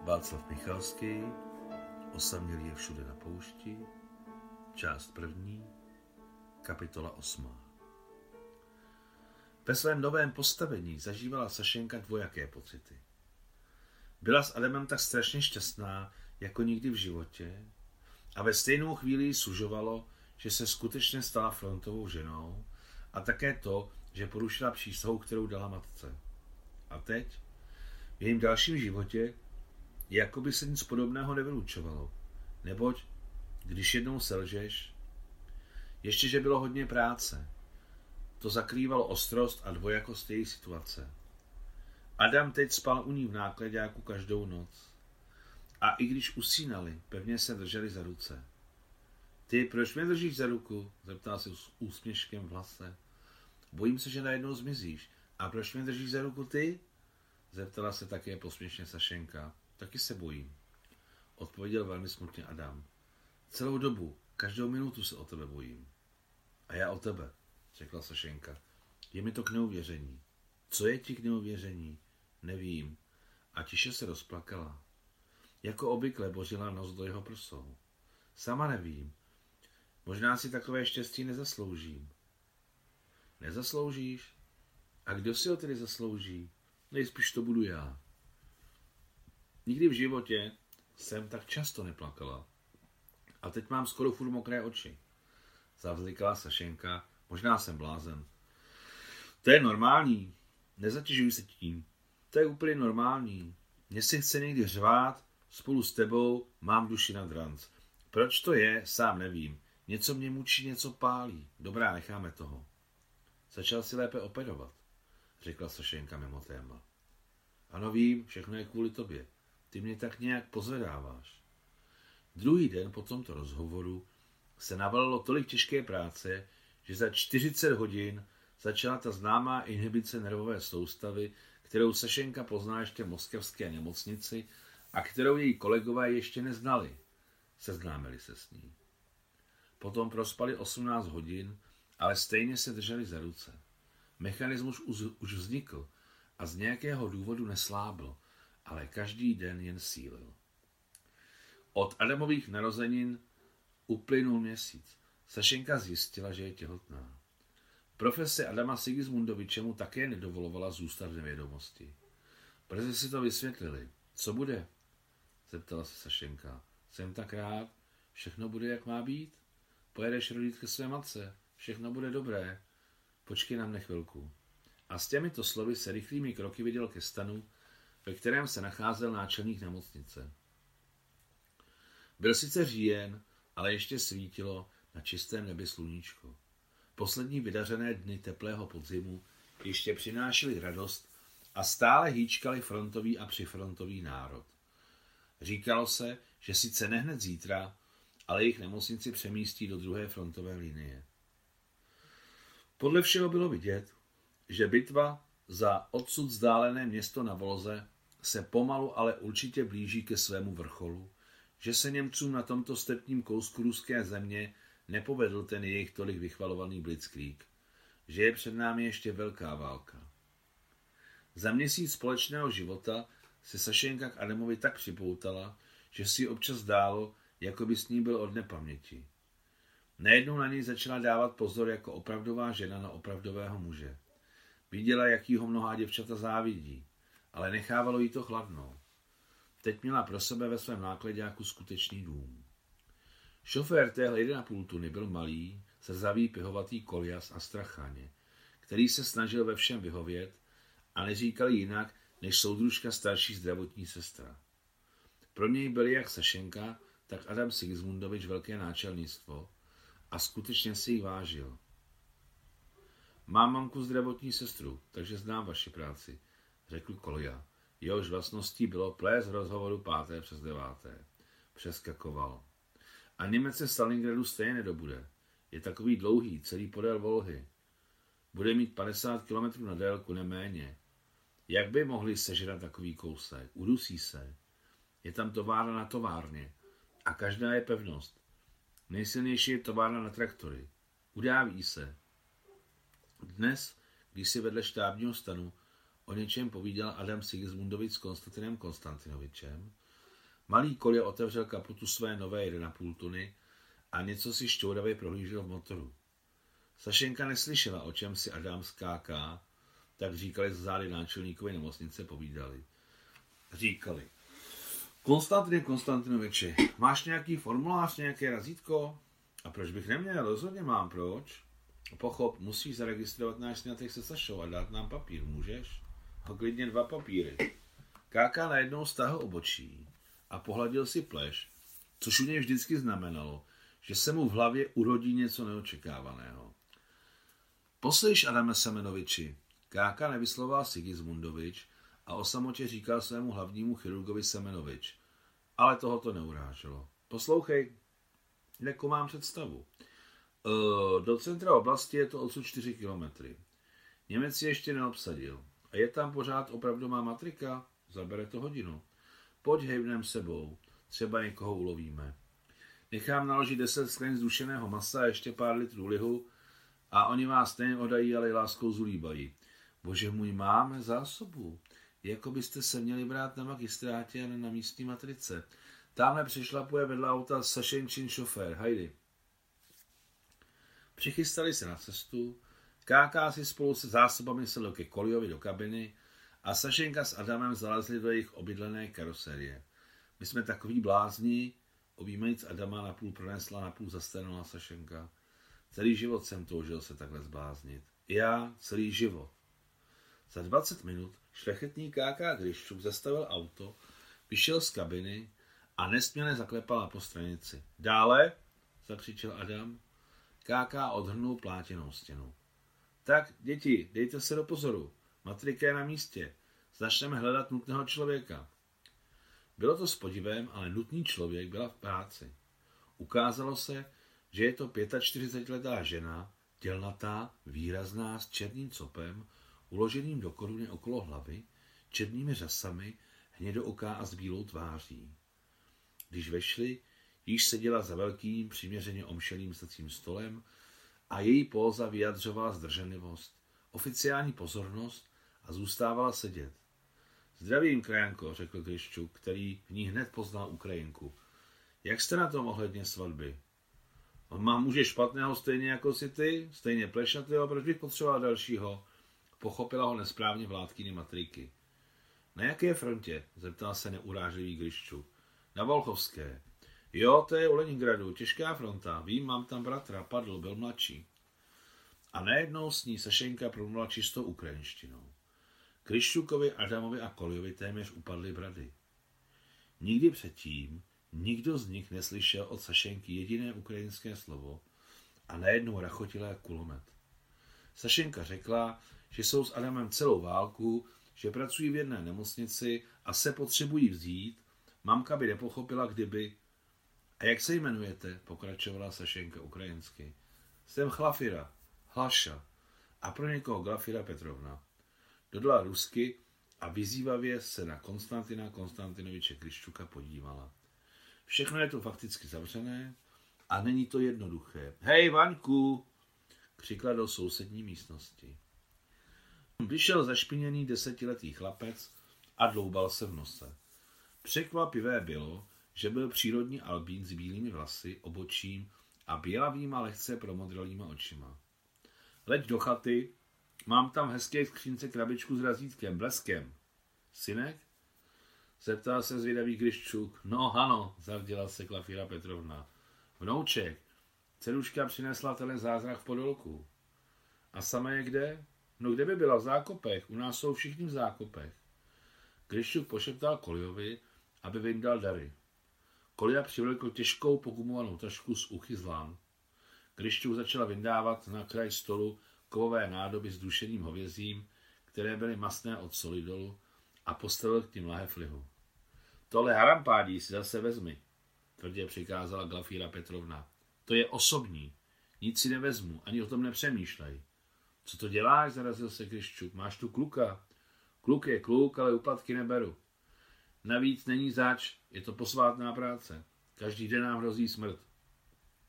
Václav Michalský, Osamělý je všude na poušti, část první, kapitola 8. Ve svém novém postavení zažívala Sašenka dvojaké pocity. Byla s Adamem tak strašně šťastná, jako nikdy v životě, a ve stejnou chvíli jí sužovalo, že se skutečně stala frontovou ženou, a také to, že porušila přísahu, kterou dala matce. A teď, v jejím dalším životě, jako by se nic podobného nevylučovalo, neboť, když jednou selžeš, ještě že bylo hodně práce, to zakrývalo ostrost a dvojakost její situace. Adam teď spal u ní v náklaďáku každou noc. A i když usínali, pevně se drželi za ruce. Ty, proč mě držíš za ruku? Zeptal se s úsměškem v hlase. Bojím se, že najednou zmizíš. A proč mě držíš za ruku ty? Zeptala se také posměšně Sašenka. Taky se bojím, odpověděl velmi smutně Adam. Celou dobu, každou minutu se o tebe bojím. A já o tebe, řekla Sašenka. Je mi to k neuvěření. Co je ti k neuvěření? Nevím. A tiše se rozplakala. Jako obvykle bořila nos do jeho prsou. Sama nevím. Možná si takové štěstí nezasloužím. Nezasloužíš? A kdo si ho tedy zaslouží? Nejspíš to budu já. Nikdy v životě jsem tak často neplakala. A teď mám skoro furt mokré oči. Zavzlikala Sašenka. Možná jsem blázen. To je normální. Nezatěžuj se tím. To je úplně normální. Mně se chce někdy řvát, spolu s tebou mám duši nad ranc. Proč to je, sám nevím. Něco mě mučí, něco pálí. Dobrá, necháme toho. Začal si lépe operovat, řekla Sašenka mimo téma. Ano, vím, všechno je kvůli tobě. Ty mě tak nějak pozvedáváš. Druhý den po tomto rozhovoru se navalilo tolik těžké práce, že za 40 hodin začala ta známá inhibice nervové soustavy, kterou Sašenka pozná ještě v moskevské nemocnici a kterou její kolegové ještě neznali. Seznámili se s ní. Potom prospali 18 hodin, ale stejně se drželi za ruce. Mechanismus už vznikl a z nějakého důvodu neslábl, ale každý den jen sílil. Od Adamových narozenin uplynul měsíc. Sašenka zjistila, že je těhotná. Profese Adama Sigismundoviče mu také nedovolovala zůstat v nevědomosti. Brzy si to vysvětlili. Co bude? Zeptala se Sašenka. Jsem tak rád. Všechno bude, jak má být? Pojedeš rodit ke své matce. Všechno bude dobré. Počkej na mne chvilku. A s těmito slovy se rychlými kroky viděl ke stanu, ve kterém se nacházel náčelník nemocnice. Byl sice říjen, ale ještě svítilo na čistém nebi sluníčko. Poslední vydařené dny teplého podzimu ještě přinášely radost a stále hýčkali frontový a přifrontový národ. Říkalo se, že sice ne hned zítra, ale jejich nemocnici přemístí do druhé frontové linie. Podle všeho bylo vidět, že bitva za odsud vzdálené město na Volze se pomalu, ale určitě blíží ke svému vrcholu, že se Němcům na tomto stepním kousku ruské země nepovedl ten jejich tolik vychvalovaný blitzkrieg, že je před námi ještě velká válka. Za měsíc společného života se Sašenka k Adamovi tak připoutala, že si občas zdálo, jako by s ní byl od nepaměti. Najednou na něj začala dávat pozor jako opravdová žena na opravdového muže. Viděla, jak jí ho mnohá děvčata závidí, ale nechávalo jí to chladnou. Teď měla pro sebe ve svém náklaďáku skutečný dům. Šofér téhle 1,5 tuny byl malý, zrzavý, pihovatý koljas a stracháně, který se snažil ve všem vyhovět a neříkal jinak, než soudružka starší zdravotní sestra. Pro něj byli jak Sašenka, tak Adam Sigismundovič velké náčelnictvo a skutečně si jí vážil. Mám mamku zdravotní sestru, takže znám vaši práci, řekl Kolja. Jehož vlastností bylo plést v rozhovoru 5. přes 9. Přeskakoval. A Němec se Stalingradu stejně nedobude. Je takový dlouhý, celý podél Volhy. Bude mít 50 kilometrů na délku, neméně. Jak by mohli sežrat takový kousek? Udusí se. Je tam továrna na továrně. A každá je pevnost. Nejsilnější je továrna na traktory. Udáví se. Dnes, když si vedle štábního stanu o něčem povídal Adam Sigismundovič s Konstantinem Konstantinovičem, Malý Kolja otevřel kaputu své nové 1,5 tuny a něco si šťoudavě prohlížel v motoru. Sašenka neslyšela, o čem si Adam skáká, tak říkali z zády náčelníkovi nemocnice, povídali. Říkali: Konstantine Konstantinoviči, máš nějaký formulář, nějaké razítko? A proč bych neměl? Rozhodně mám, proč? Pochop, musíš zaregistrovat náš sňatek se Sašou a dát nám papír, můžeš? Klidně 2 papíry. Káka najednou stáhl obočí a pohladil si pleš, což u něj vždycky znamenalo, že se mu v hlavě urodí něco neočekávaného. Poslyš, Adame Semenoviči, Káka nevysloval Sigismundovič a o samotě říkal svému hlavnímu chirurgovi Semenovič, ale toho to neuráželo. Poslouchej, jako mám představu. Do centra oblasti je to odsud 4 kilometry. Němec je ještě neobsadil. A je tam pořád opravdová matrika? Zabere to hodinu. Pojď, hejbnem sebou. Třeba někoho ulovíme. Nechám naložit 10 sklen zdušeného masa a ještě pár litrů lihu a oni vás stejně odají, ale láskou zulíbají. Bože můj, máme zásobu. Jako byste se měli brát na magistrátě a ne na místní matrice. Tamhle přešlapuje vedle auta Sašenčin šofér. Hajdy. Přichystali se na cestu, Káka si spolu se zásobami sedl ke Koljovi do kabiny a Sašenka s Adamem zalezli do jejich obydlené karoserie. My jsme takový blázni, objímajíc Adama, napůl pronesla, napůl zastanula Sašenka. Celý život jsem toužil se takhle zbláznit. Já celý život. Za 20 minut šlechetný Káka Gryščuk zastavil auto, vyšel z kabiny a nesměle zaklepala po stranici. Dále, zakřičel Adam. Káka odhrnul plátěnou stěnu. Tak, děti, dejte se do pozoru. Matrika je na místě. Začneme hledat nutného člověka. Bylo to s podivem, ale nutný člověk byla v práci. Ukázalo se, že je to 45letá žena, dělnatá, výrazná, s černým copem, uloženým do koruny okolo hlavy, černými řasami, hnědooká a s bílou tváří. Když vešli, již seděla za velkým, přiměřeně omšelým secím stolem a její póza vyjadřovala zdrženlivost, oficiální pozornost a zůstávala sedět. Zdravím, krajanko, řekl Gryščuk, který v ní hned poznal Ukrajinku. Jak jste na tom ohledně svatby? On má muže špatného stejně jako si ty, stejně plešatého, proč bych potřeboval dalšího? Pochopila ho nesprávně vládkyně matriky. Na jaké frontě? Zeptal se neurážlivý Gryščuk. Na Volchovské. Jo, to je u Leningradu, těžká fronta. Vím, mám tam bratra, padl, byl mladší. A najednou s ní Sašenka promluvila čistou ukrajinštinou. Gryščukovi, Adamovi a Koljovi téměř upadly brady. Nikdy předtím nikdo z nich neslyšel od Sašenky jediné ukrajinské slovo a najednou rachotila jak kulomet. Sašenka řekla, že jsou s Adamem celou válku, že pracují v jedné nemocnici a se potřebují vzít. Mamka by nepochopila, kdyby... A jak se jmenujete? Pokračovala Sašenka ukrajinsky. Jsem Chlafira, Hlaša a pro někoho Glafira Petrovna. Dodala rusky a vyzývavě se na Konstantina Konstantinoviče Gryščuka podívala. Všechno je tu fakticky zavřené a není to jednoduché. Hej, Vaňku! Křikla do sousední místnosti. Vyšel zašpiněný 10letý chlapec a dloubal se v nose. Překvapivé bylo, že byl přírodní albín s bílými vlasy, obočím a bělavýma lehce promodrelýma očima. Leď do chaty, mám tam v hezké skřínce krabičku s razítkem, bleskem. Synek? Zeptal se zvědavý Gryščuk. No ano, zavděla se Glafira Petrovna. Vnouček, dceruška přinesla tenhle zázrak v Podolku. A sama je kde? No kde by byla? V Zákopech. U nás jsou všichni v Zákopech. Gryščuk pošeptal Koljovi, aby vyndal dary. Kolja přivlekl těžkou pogumovanou tašku z uchy z lán. Gryščuk začala vyndávat na kraj stolu kovové nádoby s dušeným hovězím, které byly masné od solidolu, a postavil k ním lahev lihu. Tohle harampádí si zase vezmi, tvrdě přikázala Glafira Petrovna. To je osobní. Nic si nevezmu, ani o tom nepřemýšlej. Co to děláš, zarazil se Gryščuk. Máš tu kluka. Kluk je kluk, ale úplatky neberu. Navíc není zač, je to posvátná práce. Každý den nám hrozí smrt.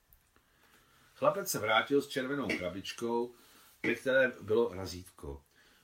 Chlapec se vrátil s červenou krabičkou, ve které bylo razítko. V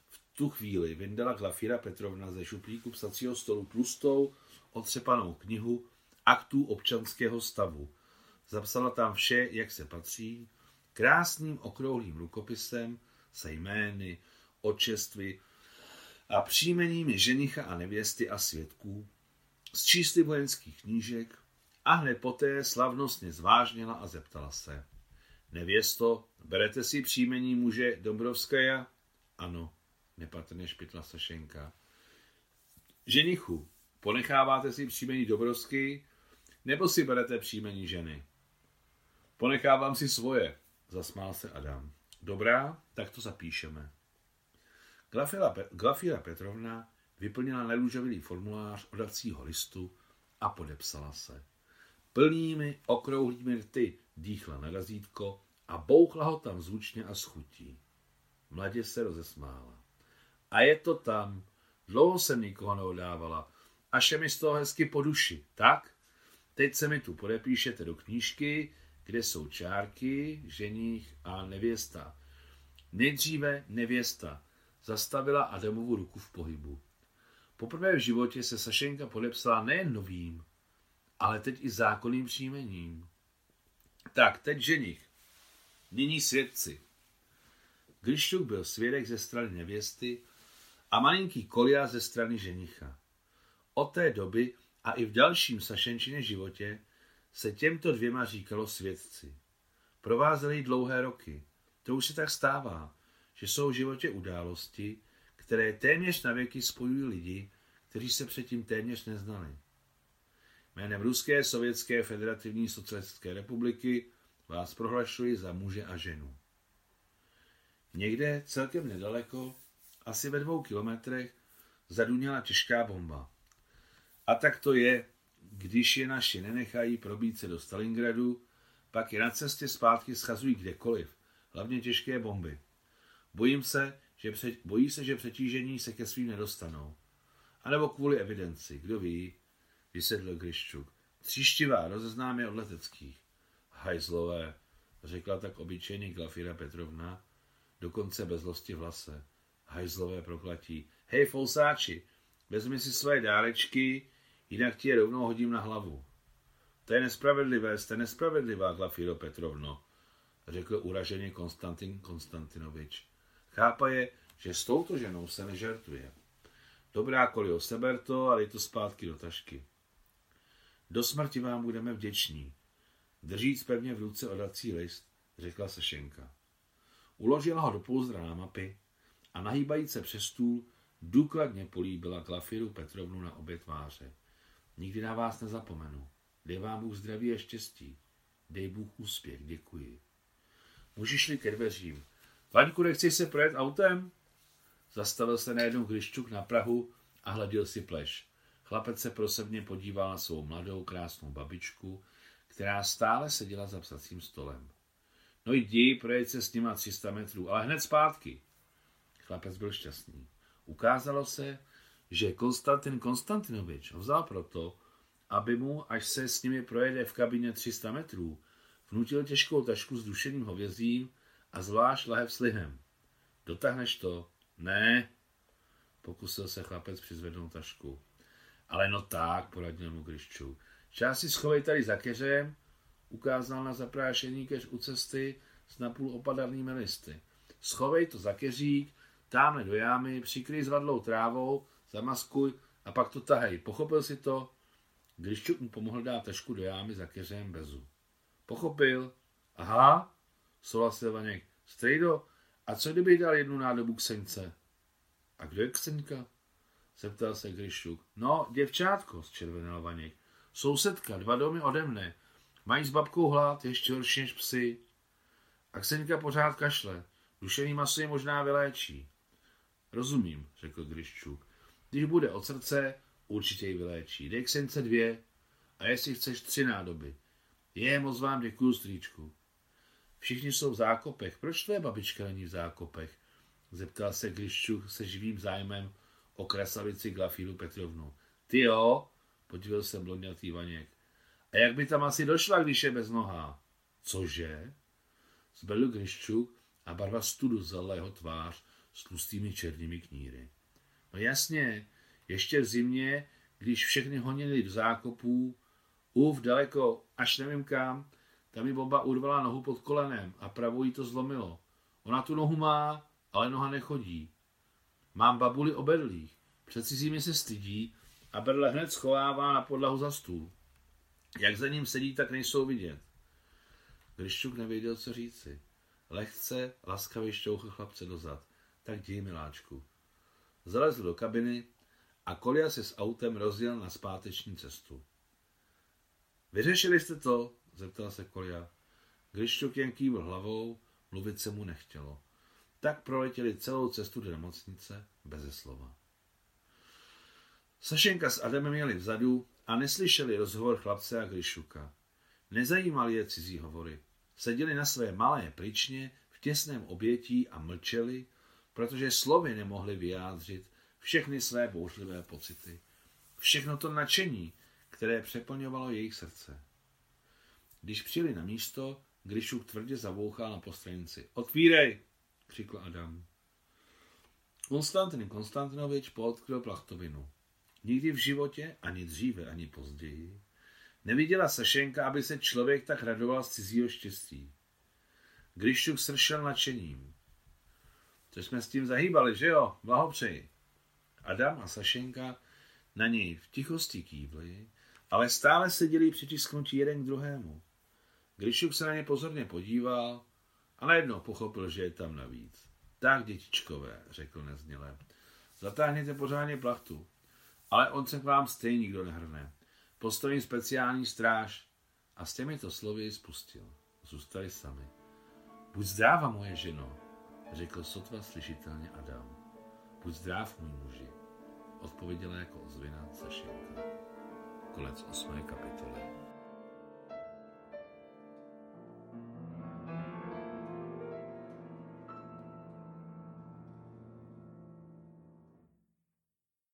tu chvíli vyndala Glafira Petrovna ze šuplíku psacího stolu tlustou, otřepanou knihu aktů občanského stavu. Zapsala tam vše, jak se patří, krásným okrouhlým rukopisem se jmény, otčestvy a příjmeními ženicha a nevěsty a svědků, z čísly vojenských knížek a hned poté slavnostně zvážněla a zeptala se. Nevěsto, berete si příjmení muže Dombrovskaja? Ano, nepatrně špitla Sašenka. Ženichu, ponecháváte si příjmení Dobrovský, nebo si berete příjmení ženy? Ponechávám si svoje, zasmál se Adam. Dobrá, tak to zapíšeme. Glafira Petrovna vyplnila nerůžový formulář odacího listu a podepsala se. Plnými okrouhlými rty dýchla na razítko a bouchla ho tam zvučně a s chutí. Mladě se rozesmála. A je to tam. Dlouho jsem nikoho neodávala. Až je mi z toho hezky po duši. Tak? Teď se mi tu podepíšete do knížky, kde jsou čárky, ženích a nevěsta. Nejdříve nevěsta. Zastavila Adamovu ruku v pohybu. Poprvé v životě se Sašenka podepsala nejen novým, ale teď i zákonným příjmením. Tak, teď ženich. Nyní svědci. Gryšťuk byl svědek ze strany nevěsty a malinký Kolja ze strany ženicha. Od té doby a i v dalším Sašenčině životě se těmto dvěma říkalo svědci. Provázeli dlouhé roky. To už se tak stává, že jsou v životě události, které téměř na věky spojují lidi, kteří se předtím téměř neznali. Jménem Ruské sovětské federativní socialistické republiky vás prohlašuji za muže a ženu. Někde celkem nedaleko, asi ve 2 kilometrech, zaduněla těžká bomba. A tak to je, když je naši nenechají probít se do Stalingradu, pak je na cestě zpátky schazují kdekoliv, hlavně těžké bomby. Bojí se, že přetížení se ke svým nedostanou. A nebo kvůli evidenci, kdo ví, vysvětlil Gryščuk. Tříštivá, rozeznám je od leteckých. Hajzlové, řekla tak obyčejně Glafira Petrovna, dokonce bez zlosti v hlase. Hajzlové proklatí. Hej, fousáči, vezmi si své dárečky, jinak ti je rovnou hodím na hlavu. To je nespravedlivé, jste nespravedlivá, Glafiro Petrovno, řekl uraženě Konstantin Konstantinovič. Chápaje, že s touto ženou se nežertuje. Dobrá, Koljo, seber to a dej to zpátky do tašky. Do smrti vám budeme vděční. Držíc pevně v ruce odací list, řekla Sašenka. Uložila ho do pouzdra na mapy a nahýbajíc se přes stůl důkladně políbila Glafiru Petrovnu na obě tváře. Nikdy na vás nezapomenu. Dej vám Bůh zdraví a štěstí. Dej Bůh úspěch, děkuji. Muži šli ke dveřím. Vaňku, nechceš se projet autem? Zastavil se najednou Gryščuk na prahu a hleděl si pleš. Chlapec se prosebně podíval na svou mladou, krásnou babičku, která stále seděla za psacím stolem. No jdi, projeď se s nima 300 metrů, ale hned zpátky. Chlapec byl šťastný. Ukázalo se, že Konstantin Konstantinovič ho vzal proto, aby mu, až se s nimi projede v kabině 300 metrů, vnutil těžkou tašku s dušeným hovězím a zvlášť lahev s lihem. Dotáhneš to? Ne, pokusil se chlapec přizvednout tašku. Ale no tak, poradil mu Gryščuk. Část si schovej tady za keřem, ukázal na zaprášení keř u cesty s napůl opadanými listy. Schovej to za keřík, támhle do jámy, přikryj zvadlou trávou, zamaskuj a pak to tahej. Pochopil si to? Gryščuk mu pomohl dát tašku do jámy za keřem bezu. Pochopil. Aha, souhlasil Vaněk. Strejdo, a co kdybych dal jednu nádobu Kseňce? A kdo je Kseňka? Zeptal se Gryščuk. No, děvčátko, zčervenal Vaněk. Sousedka, 2 domy ode mne. Mají s babkou hlad, ještě horší než psy. A Kseňka pořád kašle. Dušený maso je možná vyléčí. Rozumím, řekl Gryščuk. Když bude od srdce, určitě ji vyléčí. Dej Kseňce 2 a jestli chceš 3 nádoby. Moc vám děkuju, strýčku. Všichni jsou v zákopech. Proč tvoje babička není v zákopech? Zeptal se Gryščuk se živým zájmem o krasavici Glafiru Petrovnu. Ty jo, podíval se blondětý Vaněk. A jak by tam asi došla, když je bez nohá? Cože? Zbledl Gryščuk a barva studu zalila jeho tvář. s tlustými černými kníry. No jasně, ještě v zimě, když všechny honili v zákopu, daleko, až nevím kam, tam mi Boba urvala nohu pod kolenem a pravou jí to zlomilo. Ona tu nohu má, ale noha nechodí. Mám babuli o berlích. Před cizími se stydí a berle hned schovává na podlahu za stůl. Jak za ním sedí, tak nejsou vidět. Gryšťuk nevěděl, co říci. Lehce, laskavě šťouchl chlapce dozad. Tak děj, miláčku. Zalezl do kabiny a Kolja se s autem rozjel na zpáteční cestu. Vyřešili jste to? Zeptal se Kolja. Gryšťuk jen kývl hlavou, mluvit se mu nechtělo. Tak proletěli celou cestu do nemocnice beze slova. Sašenka s Adamem jeli vzadu a neslyšeli rozhovor chlapce a Gryšťuka. Nezajímali je cizí hovory. Seděli na své malé pryčně v těsném obětí a mlčeli, protože slovy nemohli vyjádřit všechny své bouřlivé pocity. Všechno to nadšení, které přeplňovalo jejich srdce. Když přijeli na místo, Gryšťuk tvrdě zabouchal na postranici. Otvírej, křikl Adam. Konstantin Konstantinovič pootkryl plachtovinu. Nikdy v životě, ani dříve, ani později, neviděla Sašenka, aby se člověk tak radoval z cizího štěstí. Gryšťuk sršel nadšením. Co jsme s tím zahýbali, že jo? Blahopřeji. Adam a Sašenka na něj v tichosti kývli, ale stále seděli přitisknutí jeden k druhému. Gryšťuk se na ně pozorně podíval a najednou pochopil, že je tam navíc. Tak, dětičkové, řekl nezněle, zatáhněte pořádně plachtu, ale on se k vám stejně nikdo nehrne. Postavím speciální stráž a s těmito slovy spustil. Zůstali sami. Buď zdráva, moje ženo, řekl sotva slyšitelně Adam. Buď zdráv, můj muži, odpověděla jako ozvěna Sašenka. Konec 8. kapitoly.